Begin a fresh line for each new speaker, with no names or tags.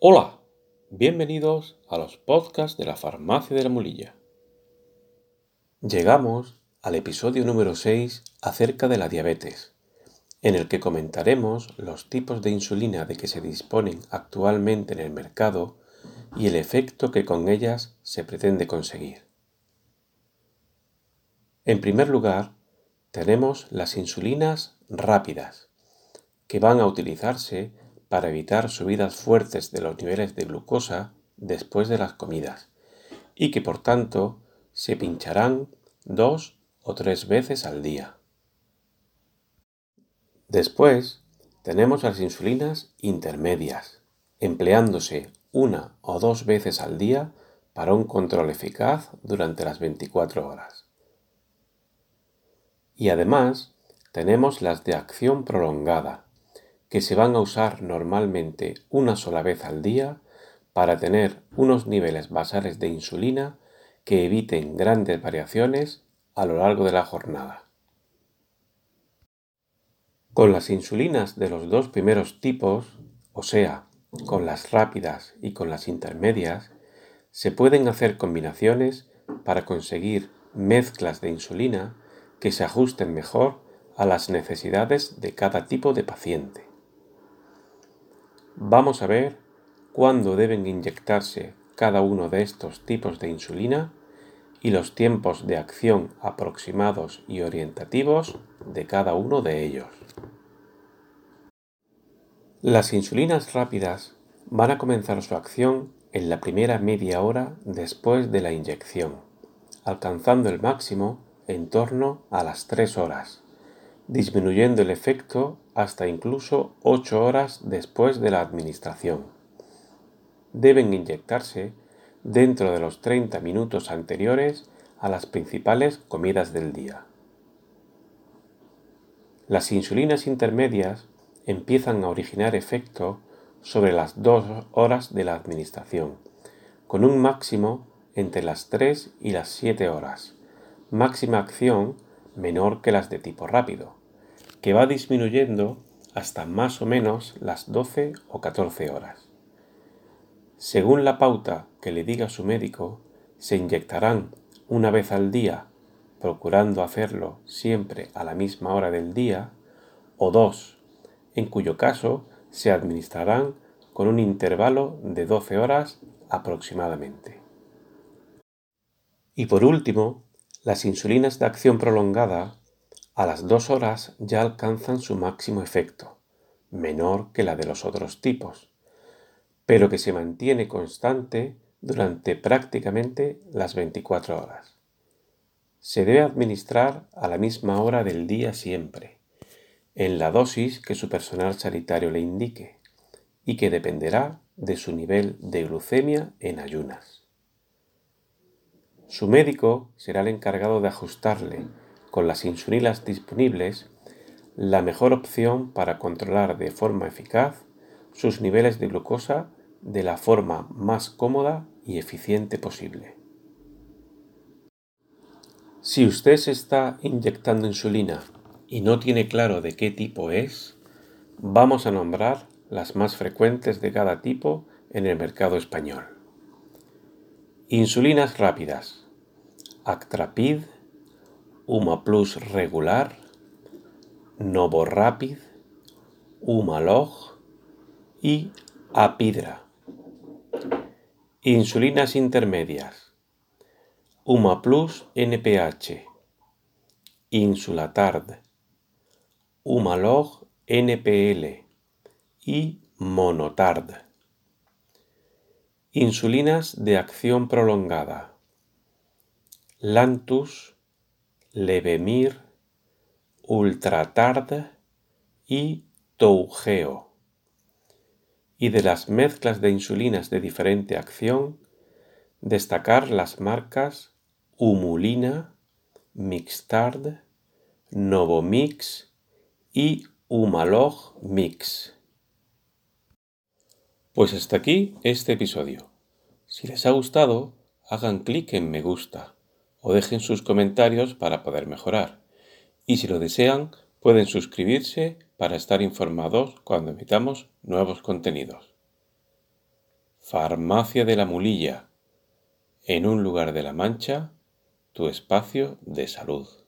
Hola, bienvenidos a los podcasts de la Farmacia de la Mulilla. Llegamos al episodio número 6 acerca de la diabetes, en el que comentaremos los tipos de insulina de que se disponen actualmente en el mercado y el efecto que con ellas se pretende conseguir. En primer lugar, tenemos las insulinas rápidas, que van a utilizarse para evitar subidas fuertes de los niveles de glucosa después de las comidas y que por tanto se pincharán 2 o 3 veces al día. Después tenemos las insulinas intermedias, empleándose 1 o 2 veces al día para un control eficaz durante las 24 horas. Y además tenemos las de acción prolongada, que se van a usar normalmente una sola vez al día para tener unos niveles basales de insulina que eviten grandes variaciones a lo largo de la jornada. Con las insulinas de los dos primeros tipos, o sea, con las rápidas y con las intermedias, se pueden hacer combinaciones para conseguir mezclas de insulina que se ajusten mejor a las necesidades de cada tipo de paciente. Vamos a ver cuándo deben inyectarse cada uno de estos tipos de insulina y los tiempos de acción aproximados y orientativos de cada uno de ellos. Las insulinas rápidas van a comenzar su acción en la primera media hora después de la inyección, alcanzando el máximo en torno a las 3 horas, disminuyendo el efecto hasta incluso 8 horas después de la administración. Deben inyectarse dentro de los 30 minutos anteriores a las principales comidas del día. Las insulinas intermedias empiezan a originar efecto sobre las 2 horas de la administración, con un máximo entre las 3 y las 7 horas, máxima acción menor que las de tipo rápido, que va disminuyendo hasta más o menos las 12 o 14 horas. Según la pauta que le diga su médico, se inyectarán una vez al día, procurando hacerlo siempre a la misma hora del día, o 2, en cuyo caso se administrarán con un intervalo de 12 horas aproximadamente. Y por último, las insulinas de acción prolongada a las 2 horas ya alcanzan su máximo efecto, menor que la de los otros tipos, pero que se mantiene constante durante prácticamente las 24 horas. Se debe administrar a la misma hora del día siempre, en la dosis que su personal sanitario le indique, y que dependerá de su nivel de glucemia en ayunas. Su médico será el encargado de ajustarle, con las insulinas disponibles, la mejor opción para controlar de forma eficaz sus niveles de glucosa de la forma más cómoda y eficiente posible. Si usted se está inyectando insulina y no tiene claro de qué tipo es, vamos a nombrar las más frecuentes de cada tipo en el mercado español. Insulinas rápidas: Actrapid, Humaplus regular, Novorapid, Humalog y Apidra. Insulinas intermedias: Humaplus NPH, Insulatard, Humalog NPL y Monotard. Insulinas de acción prolongada: Lantus, Levemir, Ultratard y Toujeo. Y de las mezclas de insulinas de diferente acción, destacar las marcas Humulina, Mixtard, Novomix y Humalog Mix. Pues hasta aquí este episodio. Si les ha gustado, hagan clic en me gusta o dejen sus comentarios para poder mejorar. Y si lo desean, pueden suscribirse para estar informados cuando emitamos nuevos contenidos. Farmacia de la Mulilla. En un lugar de La Mancha, tu espacio de salud.